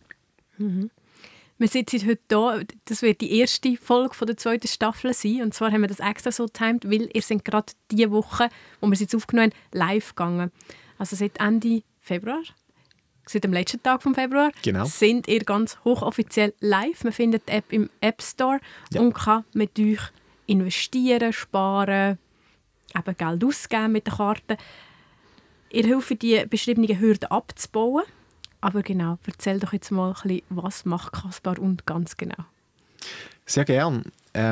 Wir sitzen heute hier, das wird die erste Folge von der zweiten Staffel sein. Und zwar haben wir das extra so getimt, weil ihr sind gerade diese Woche, wo wir es jetzt aufgenommen haben, live gegangen. Also seit Ende Februar, seit dem letzten Tag vom Februar, genau, sind ihr ganz hochoffiziell live. Man findet die App im App Store und kann mit euch investieren, sparen, eben Geld ausgeben mit der Karte. Ihr helft, die beschriebenen Hürden abzubauen. Aber genau, erzähl doch jetzt mal ein bisschen, was macht Casper und ganz genau. Sehr gern.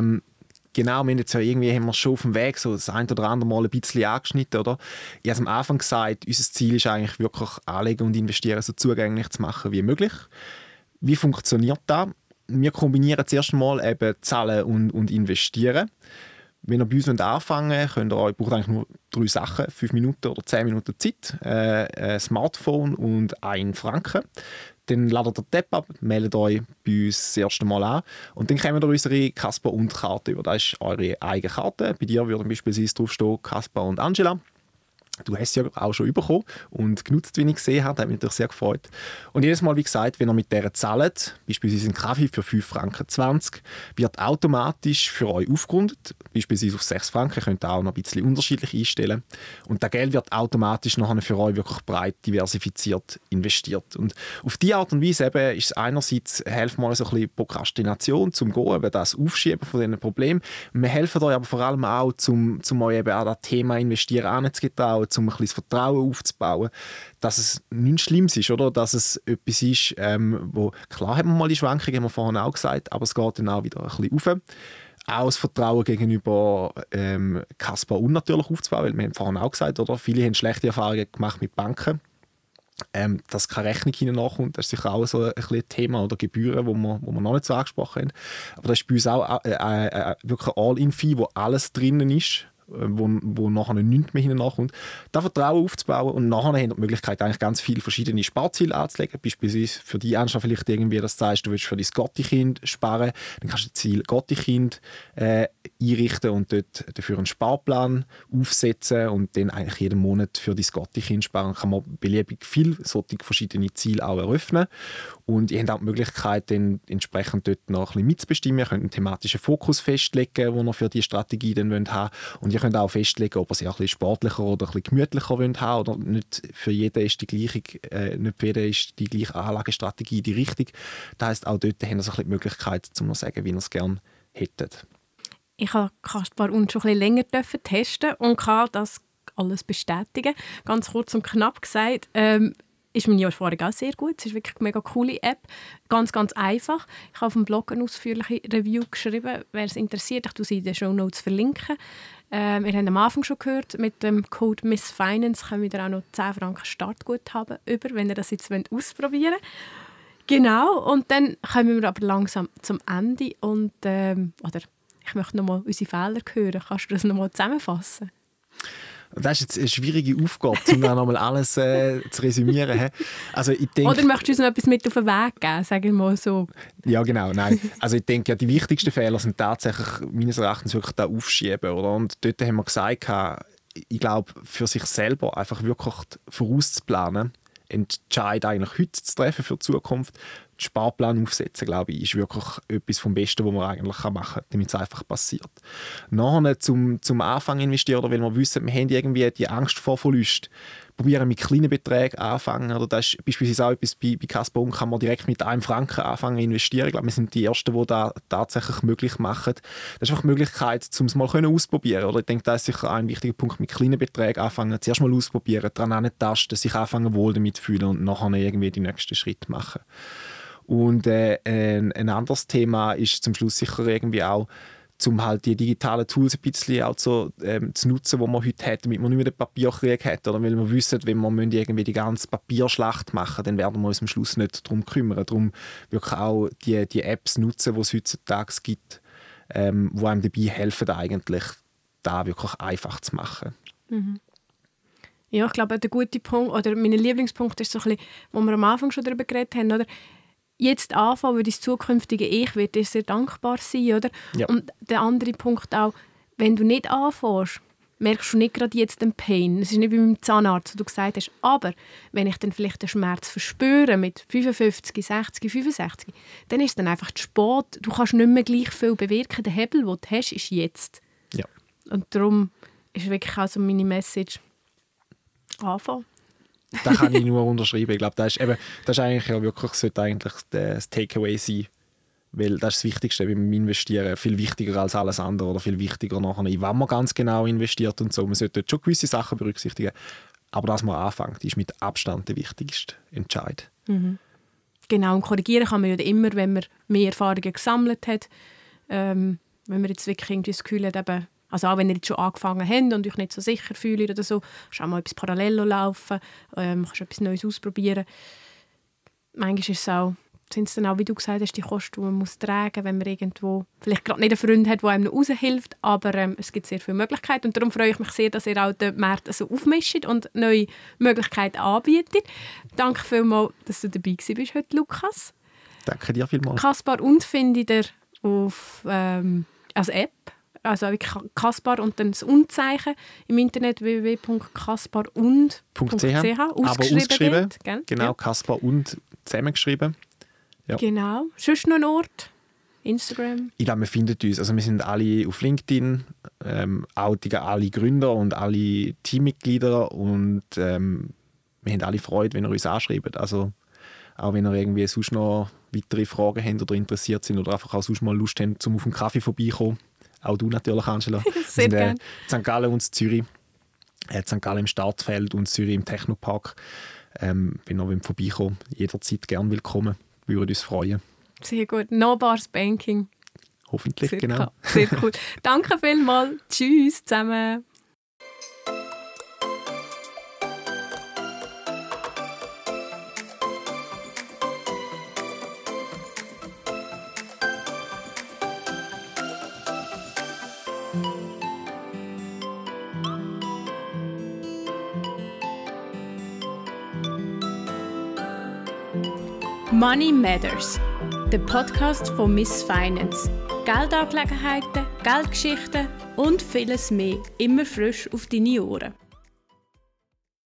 Genau, wir haben jetzt ja irgendwie haben wir schon auf dem Weg so das ein oder andere Mal ein bisschen angeschnitten, oder? Ich habe am Anfang gesagt, unser Ziel ist eigentlich wirklich Anlegen und Investieren so zugänglich zu machen wie möglich. Wie funktioniert das? Wir kombinieren zuerst mal eben Zahlen und Investieren. Wenn ihr bei uns anfangen wollt, braucht ihr eigentlich nur 3 Sachen, 5 Minuten oder 10 Minuten Zeit, ein Smartphone und 1 Franken. Dann ladet ihr die App ab, meldet euch bei uns das erste Mal an und dann kommen wir unsere Casper und Karte über. Das ist eure eigene Karte. Bei dir würde beispielsweise draufstehen Casper und Angela. Du hast sie ja auch schon bekommen und genutzt, wie ich gesehen habe. Das hat mich natürlich sehr gefreut. Und jedes Mal, wie gesagt, wenn ihr mit dieser zahlt, beispielsweise einen Kaffee für 5,20 Franken, wird automatisch für euch aufgerundet. Beispielsweise auf 6 Franken. Könnt ihr auch noch ein bisschen unterschiedlich einstellen. Und das Geld wird automatisch nachher für euch wirklich breit diversifiziert investiert. Und auf diese Art und Weise eben ist es einerseits, helfen mal so ein bisschen Prokrastination zum Gehen, eben das Aufschieben von diesen Problemen. Wir helfen euch aber vor allem auch, um euch eben an das Thema Investieren anzugetrauen, um ein bisschen das Vertrauen aufzubauen, dass es nichts Schlimmes ist, oder? Dass es etwas ist, wo, klar haben wir mal die Schwankungen, haben wir vorhin auch gesagt, aber es geht dann auch wieder ein bisschen rauf. Auch das Vertrauen gegenüber Casper und natürlich aufzubauen, weil wir haben vorhin auch gesagt, oder? Viele haben schlechte Erfahrungen gemacht mit Banken. Dass keine Rechnung hinten nachkommt, das ist sicher auch so ein bisschen Thema, oder Gebühren, wo wir noch nicht so angesprochen haben. Aber das ist bei uns auch wirklich eine All-in-Fee, wo alles drinnen ist, wo nachher nichts mehr hinten nachkommt. Da Vertrauen aufzubauen und nachher haben wir die Möglichkeit, eigentlich ganz viele verschiedene Sparziele anzulegen. Beispielsweise für die Anschau vielleicht irgendwie, dass du sagst, du willst für dein Gottikind sparen, dann kannst du das Ziel Gottikind einrichten und dort dafür einen Sparplan aufsetzen und dann eigentlich jeden Monat für dein Gottikind sparen. Dann kann man beliebig viele solche verschiedene Ziele auch eröffnen. Und ihr habt auch die Möglichkeit, dann entsprechend dort noch ein bisschen mitzubestimmen. Ihr könnt einen thematischen Fokus festlegen, den ihr für diese Strategie dann haben wollt. Und ihr könnt auch festlegen, ob ihr sie ein bisschen sportlicher oder ein bisschen gemütlicher haben wollt oder nicht für jeden ist die gleiche Anlagestrategie die richtige. Das heisst, auch dort haben ihr so ein bisschen die Möglichkeit, um zu sagen, wie ihr es gerne hättet. Ich habe Kaspar und schon ein bisschen länger testen und kann das alles bestätigen. Ganz kurz und knapp gesagt, ist meine Erfahrung auch sehr gut. Es ist wirklich eine mega coole App. Ganz, ganz einfach. Ich habe auf dem Blog eine ausführliche Review geschrieben. Wer es interessiert, ich verlinke sie in den Shownotes. Wir haben am Anfang schon gehört, mit dem Code MissFinance können wir auch noch 10 Franken Startguthaben über, wenn ihr das jetzt ausprobieren wollt. Genau, und dann kommen wir aber langsam zum Ende. Und, oder ich möchte noch mal unsere Fehler hören. Kannst du das noch mal zusammenfassen? Das ist jetzt eine schwierige Aufgabe, um dann nochmal alles zu resümieren. Also ich denke, oder möchtest du uns noch etwas mit auf den Weg geben, sagen wir mal so? Ja, genau. Nein. Also ich denke, ja, die wichtigsten Fehler sind tatsächlich meines Erachtens wirklich da Aufschieben. Oder? Und dort haben wir gesagt, ich glaube, für sich selber einfach wirklich vorauszuplanen, Entscheid eigentlich heute zu treffen für die Zukunft, den Sparplan aufsetzen, glaube ich, ist wirklich etwas vom Besten, was man eigentlich machen kann, damit es einfach passiert. Nachher zum Anfang investieren, oder weil wir wissen, wir haben irgendwie die Angst vor Verlust, probieren mit kleinen Beträgen anfangen. Oder das ist beispielsweise auch etwas bei Kaspar und kann man direkt mit 1 Franken anfangen zu investieren. Ich glaube, wir sind die Ersten, die das tatsächlich möglich machen. Das ist einfach die Möglichkeit, um es mal auszuprobieren. Oder ich denke, das ist sicher ein wichtiger Punkt, mit kleinen Beträgen anfangen, zuerst mal ausprobieren, daran antasten, sich anfangen wohl damit fühlen und nachher irgendwie die nächsten Schritte machen. Und ein anderes Thema ist zum Schluss sicher irgendwie auch, um halt die digitalen Tools ein bisschen auch zu nutzen, die man heute hat, damit man nicht mehr den Papierkrieg hat. Oder weil wir wissen, wenn wir irgendwie die ganze Papierschlacht machen, dann werden wir uns am Schluss nicht darum kümmern. Darum wirklich auch die Apps nutzen, die es heutzutage gibt, die einem dabei helfen, eigentlich da wirklich einfach zu machen. Mhm. Ja, ich glaube, der gute Punkt, oder mein Lieblingspunkt ist so ein bisschen, wo wir am Anfang schon darüber geredet haben, oder? Jetzt anfangen, weil dein zukünftige Ich wird dir sehr dankbar sein, oder? Ja. Und der andere Punkt auch, wenn du nicht anfängst, merkst du nicht gerade jetzt den Pain. Es ist nicht wie beim Zahnarzt, wo du gesagt hast, aber wenn ich dann vielleicht den Schmerz verspüre mit 55, 60, 65, dann ist es dann einfach zu spät. Du kannst nicht mehr gleich viel bewirken. Der Hebel, den du hast, ist jetzt. Ja. Und darum ist wirklich auch so meine Message, anfangen. Das kann ich nur unterschreiben. Ich glaube, das ist eigentlich ja wirklich, sollte eigentlich das Takeaway sein. Weil das ist das Wichtigste beim Investieren. Viel wichtiger als alles andere oder viel wichtiger nachher, in was man ganz genau investiert und so. Man sollte dort schon gewisse Sachen berücksichtigen. Aber dass man anfängt, ist mit Abstand der wichtigste Entscheid. Mhm. Genau, und korrigieren kann man ja immer, wenn man mehr Erfahrungen gesammelt hat. Wenn man jetzt wirklich das Gefühl hat, eben, also auch wenn ihr jetzt schon angefangen habt und euch nicht so sicher fühlt oder so, kannst auch mal etwas parallel laufen, kannst etwas Neues ausprobieren. Manchmal ist es auch, sind es dann auch, wie du gesagt hast, die Kosten, die man muss tragen muss, wenn man irgendwo vielleicht gerade nicht einen Freund hat, der einem raushilft, aber es gibt sehr viele Möglichkeiten und darum freue ich mich sehr, dass ihr auch den Markt so aufmischt und neue Möglichkeiten anbietet. Danke vielmals, dass du dabei warst heute, Lukas. Danke dir vielmals. Kaspar und findet ihr auf als App, also Kaspar und dann das Und-Zeichen im Internet www.kasparund.ch aber ausgeschrieben. Genau, ja. Kaspar und zusammengeschrieben. Ja. Genau. Sonst noch ein Ort? Instagram? Ich glaube, wir finden uns. Also wir sind alle auf LinkedIn, auch alle Gründer und alle Teammitglieder und wir haben alle Freude, wenn ihr uns anschreibt. Also auch wenn ihr irgendwie sonst noch weitere Fragen habt oder interessiert sind oder einfach auch sonst mal Lust habt, zum auf den Kaffee vorbeikommen. Auch du natürlich, Angela. Sehr gerne. St. Gallen und Zürich. St. Gallen im Startfeld und Zürich im Technopark. Wenn ihr vorbeikommt, jederzeit gerne willkommen. Wir würden uns freuen. Sehr gut. No Bars Banking. Hoffentlich, sehr genau. Sehr cool. Danke vielmals. Tschüss zusammen. Money Matters, der Podcast von Miss Finance. Geldangelegenheiten, Geldgeschichten und vieles mehr, immer frisch auf deine Ohren.